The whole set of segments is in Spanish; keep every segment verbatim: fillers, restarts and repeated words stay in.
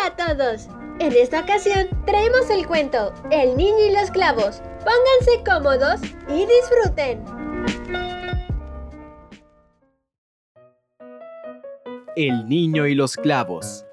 Hola a todos. En esta ocasión traemos el cuento El niño y los clavos. Pónganse cómodos y disfruten. El niño y los clavos.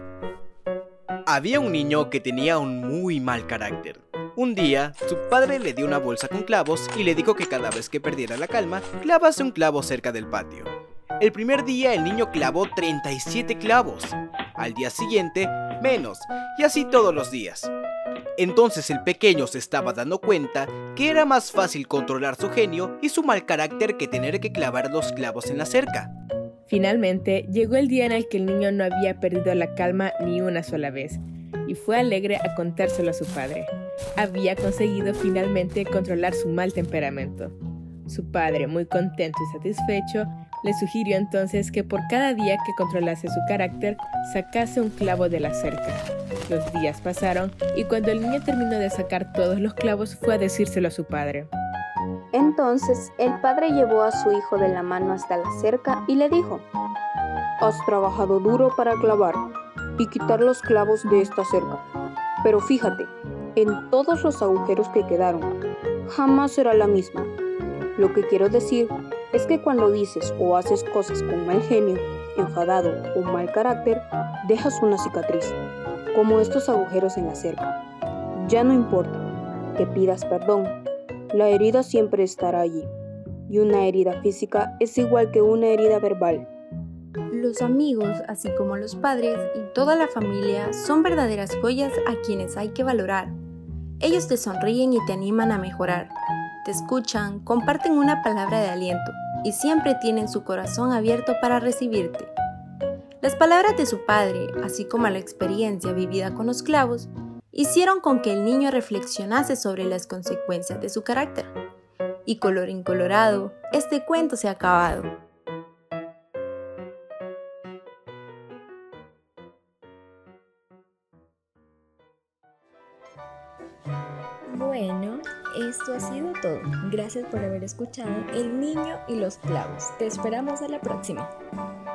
Había un niño que tenía un muy mal carácter. Un día, su padre le dio una bolsa con clavos y le dijo que cada vez que perdiera la calma, clavase un clavo cerca del patio. El primer día el niño clavó treinta y siete clavos. Al día siguiente, menos, y así todos los días. Entonces el pequeño se estaba dando cuenta que era más fácil controlar su genio y su mal carácter que tener que clavar los clavos en la cerca. Finalmente, llegó el día en el que el niño no había perdido la calma ni una sola vez, y fue alegre a contárselo a su padre. Había conseguido finalmente controlar su mal temperamento. Su padre, muy contento y satisfecho, le sugirió entonces que por cada día que controlase su carácter, sacase un clavo de la cerca. Los días pasaron y cuando el niño terminó de sacar todos los clavos fue a decírselo a su padre. Entonces el padre llevó a su hijo de la mano hasta la cerca y le dijo: «Has trabajado duro para clavar y quitar los clavos de esta cerca, pero fíjate, en todos los agujeros que quedaron, jamás será la misma. Lo que quiero decir es que cuando dices o haces cosas con mal genio, enfadado o mal carácter, dejas una cicatriz, como estos agujeros en la cerca. Ya no importa que pidas perdón, la herida siempre estará allí, y una herida física es igual que una herida verbal». Los amigos, así como los padres y toda la familia, son verdaderas joyas a quienes hay que valorar. Ellos te sonríen y te animan a mejorar. Te escuchan, comparten una palabra de aliento y siempre tienen su corazón abierto para recibirte. Las palabras de su padre, así como la experiencia vivida con los clavos, hicieron con que el niño reflexionase sobre las consecuencias de su carácter. Y colorín colorado, este cuento se ha acabado. Bueno, esto ha sido todo. Gracias por haber escuchado El niño y los clavos. Te esperamos a la próxima.